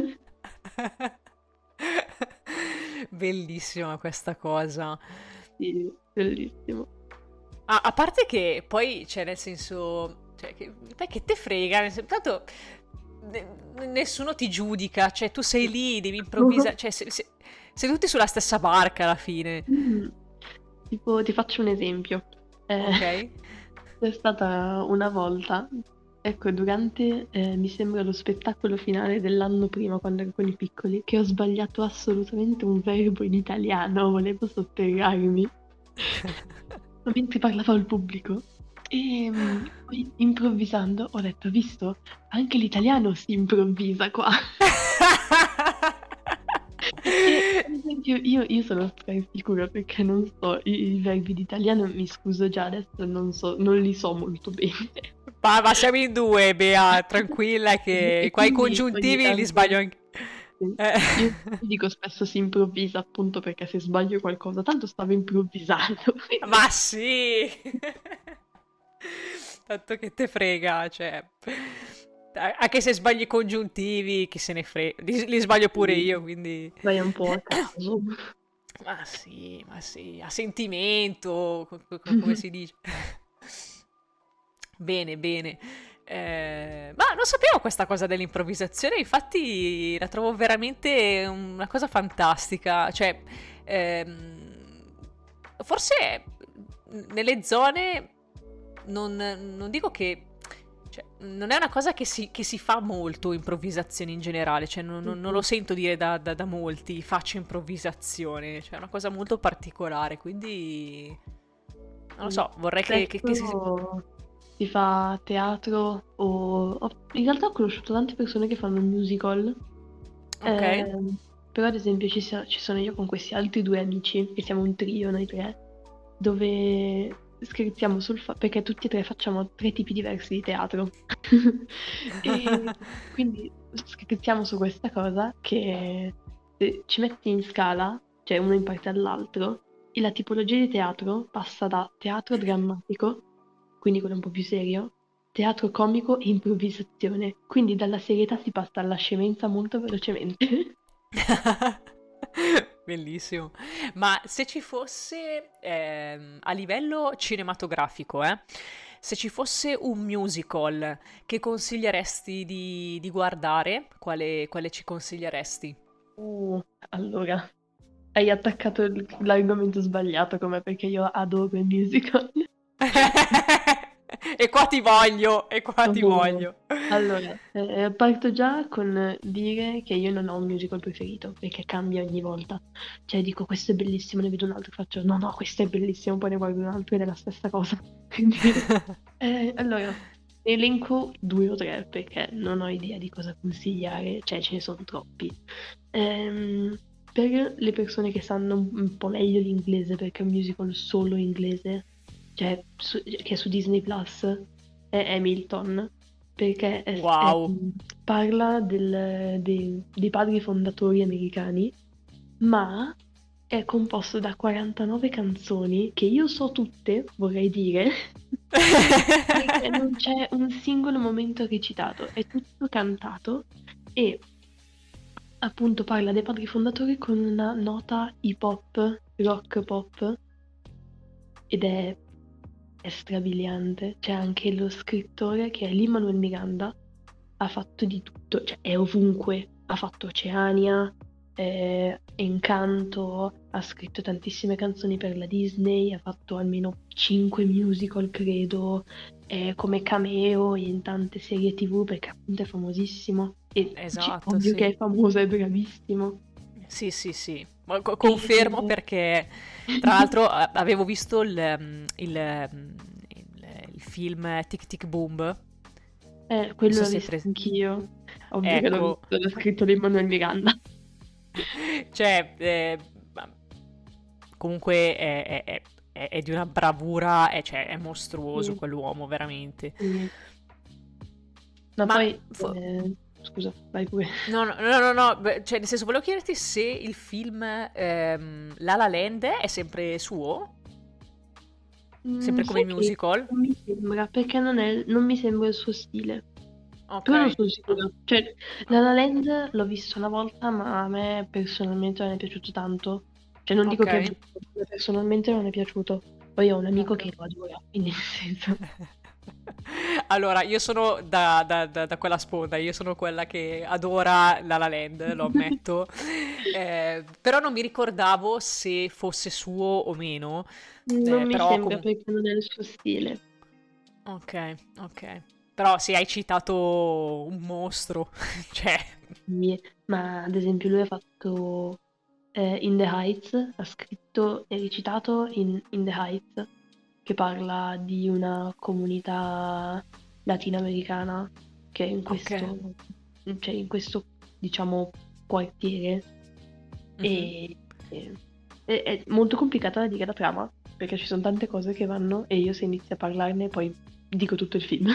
Bellissima questa cosa. Sì, bellissimo. A, a parte che poi, cioè, nel senso, cioè, che, beh, che te frega, nel senso, tanto ne- nessuno ti giudica, cioè, tu sei lì, devi improvvisare, cioè, se- se- siete tutti sulla stessa barca alla fine, Mm. Tipo, ti faccio un esempio. Eh, ok? c'è stata una volta, ecco, durante, eh, mi sembra lo spettacolo finale dell'anno prima, quando ero con i piccoli, che ho sbagliato assolutamente un verbo in italiano, volevo sotterrarmi. Ma mentre parlavo al pubblico. E mm, poi improvvisando ho detto, visto, anche l'italiano si improvvisa qua. E ad esempio io, io sono sicura perché non so i, i verbi d'italiano, mi scuso già adesso, non so, non li so molto bene. Ma, ma siamo in due, Bea, tranquilla che E qua i quindi ogni congiuntivi li tanto sbaglio anche. sì. Eh. Io dico spesso si improvvisa appunto perché se sbaglio qualcosa, tanto stavo improvvisando. Ma sì! Tanto che te frega, cioè. A- Anche se sbagli i congiuntivi, chi se ne frega. Li, li sbaglio pure Quindi io, quindi. vai un po' a caso. Ma sì, ma sì, a sentimento, co- co- co- come si dice. Bene, bene. Eh, ma non sapevo questa cosa dell'improvvisazione, infatti la trovo veramente una cosa fantastica. Cioè, ehm, forse nelle zone non, non dico che... Cioè, non è una cosa che si, che si fa molto improvvisazione in generale, cioè non, non- non lo Mhm. sento dire da, da- da molti, faccio improvvisazione, cioè è una cosa molto particolare, quindi non lo Sì. so, vorrei che, che- che si... Spesso si fa teatro o... ho- In realtà ho conosciuto tante persone che fanno musical, Ok? ehm, però ad esempio ci, sia- ci sono io con questi altri due amici, che siamo un trio noi tre, dove scherziamo sul fatto, perché tutti e tre facciamo tre tipi diversi di teatro. E quindi scherziamo su questa cosa che se ci metti in scala, cioè uno in parte all'altro, e la tipologia di teatro passa da teatro drammatico, quindi quello un po' più serio, teatro comico e improvvisazione. Quindi dalla serietà si passa alla scemenza molto velocemente. Bellissimo. Ma se ci fosse, ehm, a livello cinematografico, eh, se ci fosse un musical che consiglieresti di, di guardare, quale, quale ci consiglieresti? Uh, allora, hai attaccato il- l'argomento sbagliato come perché io adoro i musical. E qua ti voglio, e qua ti Oh. voglio. Allora, eh, parto già con dire che io non ho un musical preferito, perché cambia ogni volta. Cioè dico, questo è bellissimo, ne vedo un altro, faccio, no, no, questo è bellissimo, poi ne guardo un altro ed è la stessa cosa. Quindi, eh, allora, ne elenco due o tre, perché non ho idea di cosa consigliare, cioè ce ne sono troppi. Ehm, per le persone che sanno un un po' meglio l'inglese, perché è un musical solo inglese, cioè su- che è su Disney Plus, è Hamilton, perché è- è- Wow. parla del- dei, dei padri fondatori americani, ma è composto da quarantanove canzoni che io so tutte, vorrei dire, perché non c'è un singolo momento recitato, è tutto cantato e appunto parla dei padri fondatori con una nota hip hop, rock pop ed è, è strabiliante. C'è anche lo scrittore che è Lin-Manuel Miranda, ha fatto di tutto, cioè è ovunque, ha fatto Oceania, eh, Encanto, ha scritto tantissime canzoni per la Disney, ha fatto almeno cinque musical, credo, eh, come cameo in tante serie T V perché appunto è famosissimo e ci- Esatto, ovvio che sì. è famoso, è bravissimo. Sì, sì, sì. Ma co- E... confermo perché, tra l'altro, a- avevo visto il, ehm, il, ehm, il- il film Tic Tic Boom. Eh, Non quello so l'ho se è visto pres- anch'io, ovvio che l'ho Ecco. visto, l'ho scritto Lin-Manuel Miranda. Cioè, eh, ma- comunque è, è- è- è- è di una bravura, è, cioè, è mostruoso Sì, quell'uomo, veramente. sì. Ma Ma poi, fo- eh, scusa, vai pure. no, no, no, no, no, beh, cioè, nel senso, volevo chiederti se il film ehm, La La Land è sempre suo? Mm, Sempre come sai il che musical? non mi sembra, perché non è, non mi sembra il suo stile. Ok. Però non sono Ah, sicura. Cioè, La La Land l'ho visto una volta, ma a me personalmente non è piaciuto tanto. Cioè, non dico ok. che è brutto, ma personalmente non è piaciuto. Poi ho un amico Ok. che lo adora, quindi nel senso... Allora, io sono da, da- da- da quella sponda, io sono quella che adora La La Land, lo ammetto. Eh, però non mi ricordavo se fosse suo o meno. Non Eh, mi però sembra comunque... perché non è il suo stile. Ok, ok. Però sì, hai citato un mostro, cioè... Sì, ma ad esempio lui ha fatto eh, In the Heights, ha scritto e recitato in In the Heights, che parla di una comunità latinoamericana che è in Ok. questo, cioè in questo, diciamo, quartiere. Mhm. E, e- è, è molto complicata da dire la trama, perché ci sono tante cose che vanno e io se inizio a parlarne poi dico tutto il film.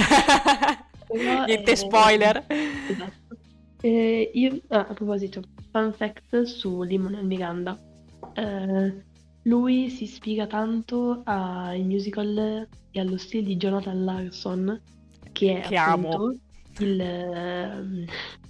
Però Niente è... spoiler. Esatto. Eh, io, ah, a proposito, fun fact su Lin-Manuel Miranda. Eh, lui si ispira tanto ai musical e allo stile di Jonathan Larson, che è Che amo. appunto il, ehm,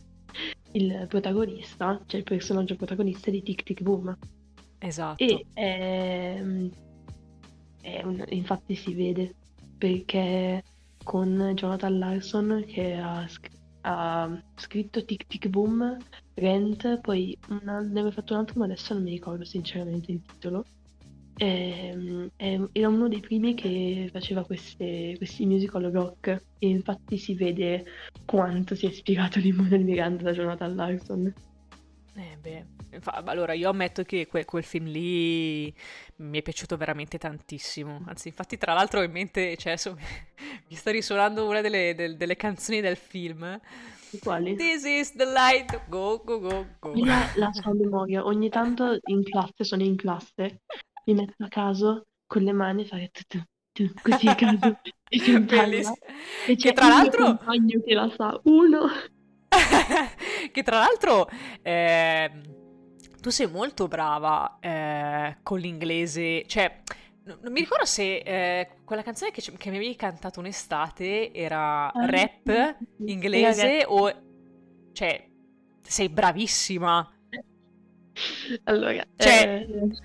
il protagonista, cioè il personaggio protagonista di Tic Tic Boom. Esatto. E ehm, è un- infatti si vede perché con Jonathan Larson che ha, sc- ha scritto Tic Tic Boom, Rent, poi una- ne aveva fatto un altro ma adesso non mi ricordo sinceramente il titolo. Ehm, è- era uno dei primi che faceva queste- questi musical rock e infatti si vede quanto si è ispirato Lin-Manuel Miranda da Jonathan Larson. Eh beh, infa- allora io ammetto che que- quel film lì mi è piaciuto veramente tantissimo. Anzi, infatti, tra l'altro ho in mente, cioè, adesso mi sta risuonando una delle, del- delle canzoni del film. Quali? This is the light, go, go, go, go. Quella la so a memoria, ogni tanto in classe, sono in classe, mi metto a caso con le mani a fare tu, tu, tu, così a caso e cantarla. Bellissimo. E Che c'è tra un mio l'altro... compagno che la sa, uno. Che tra l'altro ehm, tu sei molto brava eh, con l'inglese, cioè no- non mi ricordo se eh, quella canzone che, ci- che mi avevi cantato un'estate era Ah, sì, rap sì, sì. Era inglese o... cioè sei bravissima, Allora, cioè... eh,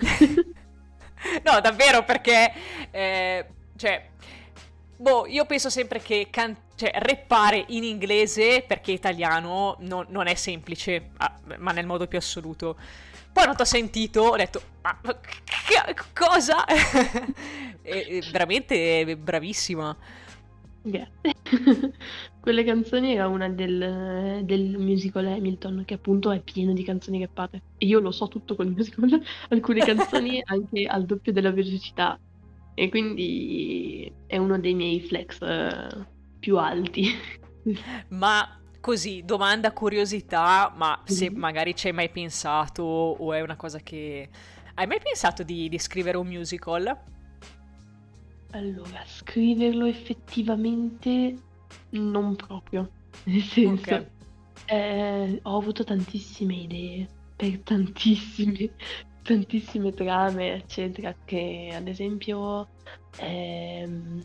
No, davvero, perché... eh, cioè... Boh, io penso sempre che can- cioè, rappare in inglese, perché italiano, non, non è semplice, ah, ma nel modo più assoluto. Poi non ti ho sentito, ho detto, ma ma che- cosa? E- e veramente bravissima. grazie. Quelle canzoni era una del, del musical Hamilton, che appunto è pieno di canzoni rappate. E io lo so tutto col musical, alcune canzoni anche al doppio della velocità. E quindi è uno dei miei flex eh, più alti. Ma così, domanda curiosità, ma se Mhm. magari ci hai mai pensato o è una cosa che... Hai mai pensato di, di scrivere un musical? Allora, scriverlo effettivamente non proprio, nel Ok. senso, eh, ho avuto tantissime idee per tantissime, tantissime trame, eccetera, che ad esempio, ehm,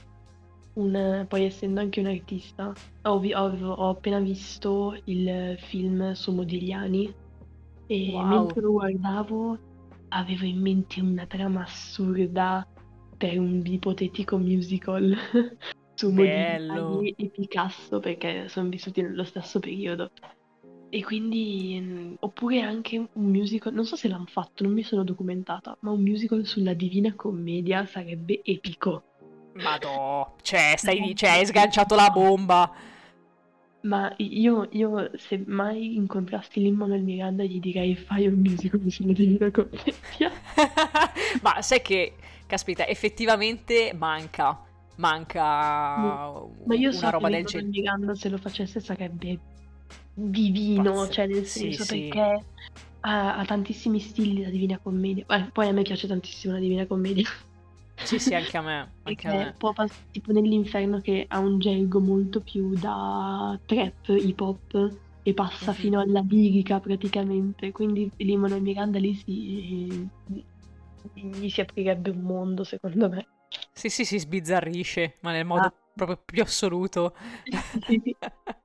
un- poi essendo anche un artista, ho, vi- ho- ho appena visto il film su Modigliani e Wow, mentre lo guardavo avevo in mente una trama assurda per un ipotetico musical su bello. Modigliani e Picasso perché sono vissuti nello stesso periodo. E quindi, mm, oppure anche un musical, non so se l'hanno fatto, non mi sono documentata, ma un musical sulla Divina Commedia sarebbe epico. Madò, cioè, stai di- cioè, Sarebbe hai sganciato la epico. bomba. Ma io, io, se mai incontrassi Lin-Manuel Miranda gli direi fai un musical sulla Divina Commedia. Ma sai che, caspita, effettivamente manca, Mm. manca Ma io una so che roba del Lin-Manuel genere. Miranda se lo facesse sarebbe divino, Pazz- cioè nel Sì, senso sì, perché ha, ha tantissimi stili la Divina Commedia. Eh, poi a me piace tantissimo la Divina Commedia. sì, sì, anche a me, anche a Perché me. può pas- tipo nell'Inferno che ha un gergo molto più da trap, hip hop e passa Mhm. fino alla lirica praticamente. Quindi Lin-Manuel Miranda lì si, gli si aprirebbe un mondo, secondo me. Sì, sì, si sbizzarrisce, ma nel Ah, modo proprio più assoluto. sì, sì.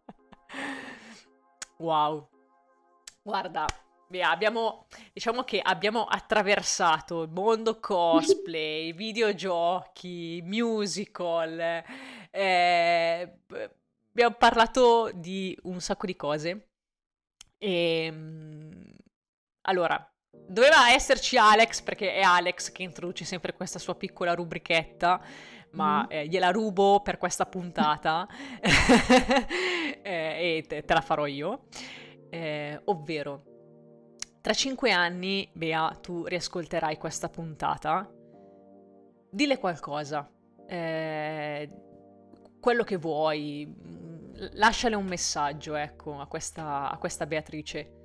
Wow. Guarda, beh, abbiamo, diciamo che abbiamo attraversato il mondo cosplay, videogiochi, musical, eh, b- abbiamo parlato di un sacco di cose. E, mm, allora, doveva esserci Alex, perché è Alex che introduce sempre questa sua piccola rubrichetta, ma Mm. eh, gliela rubo per questa puntata eh, e te, te la farò io. Eh, ovvero, tra cinque anni, Bea, tu riascolterai questa puntata. Dille qualcosa, eh, quello che vuoi, mm, lasciale un messaggio, ecco, a questa, a questa Beatrice.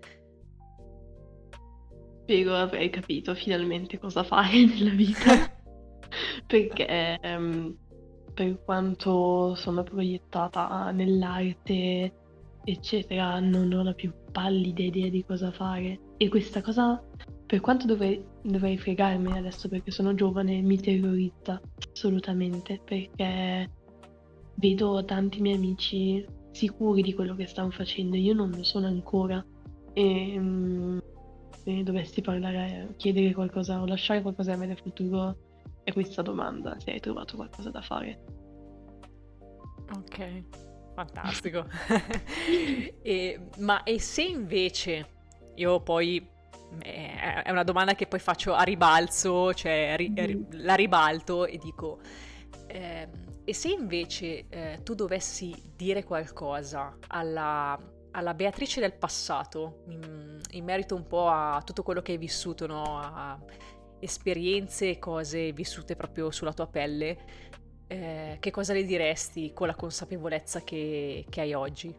Spero avrei capito finalmente cosa fare nella vita. Perché ehm, per quanto sono proiettata nell'arte, eccetera, non ho la più pallida idea di cosa fare. E questa cosa, per quanto dovrei, dovrei fregarmene adesso perché sono giovane, mi terrorizza assolutamente, perché vedo tanti miei amici sicuri di quello che stanno facendo, io non lo sono ancora. E mm, se dovessi parlare, chiedere qualcosa o lasciare qualcosa a me nel futuro, è questa domanda, se hai trovato qualcosa da fare. Ok, fantastico. E, ma e se invece io poi eh, è una domanda che poi faccio a ribalzo, cioè ri- ri- la ribalto e dico ehm, e se invece eh, tu dovessi dire qualcosa alla, alla Beatrice del passato in, in merito un po' a tutto quello che hai vissuto, no? A esperienze e cose vissute proprio sulla tua pelle, eh, che cosa le diresti con la consapevolezza che, che hai oggi?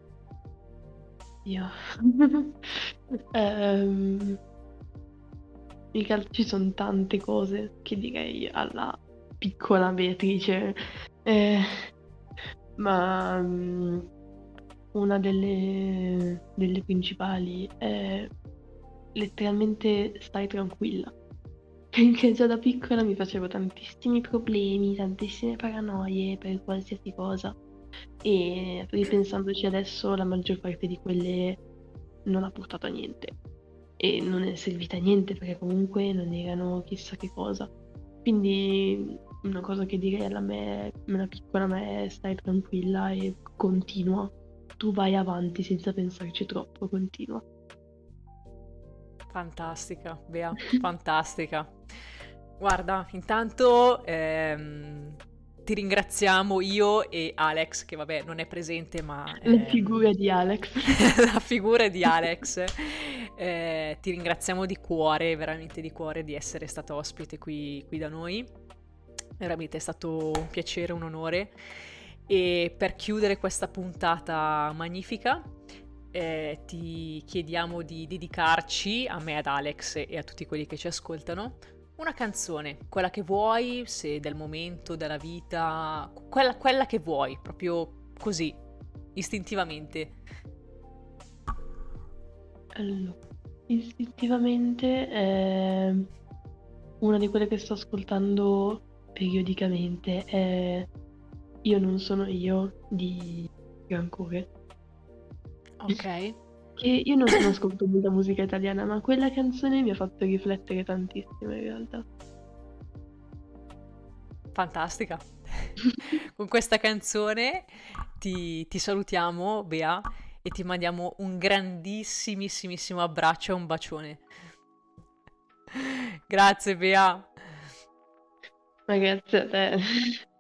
Io. Ehm, in realtà ci sono tante cose che direi alla piccola Beatrice, eh, ma mm, una delle, delle principali è letteralmente stai tranquilla. Perché già da piccola mi facevo tantissimi problemi, tantissime paranoie per qualsiasi cosa. E ripensandoci adesso, la maggior parte di quelle non ha portato a niente. E non è servita a niente perché comunque non erano chissà che cosa. Quindi una cosa che direi alla me, alla piccola me, è stai tranquilla e continua. Tu vai avanti senza pensarci troppo, continua. Fantastica, Bea, fantastica. Guarda, intanto ehm, ti ringraziamo io e Alex, che vabbè non è presente, ma La ehm, figura di Alex. la figura di Alex. Eh, ti ringraziamo di cuore, veramente di cuore, di essere stata ospite qui, qui da noi. Veramente è stato un piacere, un onore. E per chiudere questa puntata magnifica, eh, ti chiediamo di dedicarci, a me, ad Alex e a tutti quelli che ci ascoltano, una canzone, quella che vuoi, se del momento, della vita, quella, quella che vuoi, proprio così, istintivamente. Allora, istintivamente è una di quelle che sto ascoltando periodicamente è Io non sono io di Grancore. Ok, Che io non, non ascolto molta musica italiana, ma quella canzone mi ha fatto riflettere tantissimo in realtà. fantastica. Con questa canzone ti, ti salutiamo, Bea, e ti mandiamo un grandissimissimo abbraccio e un bacione. Grazie, Bea. Ragazzi, a te.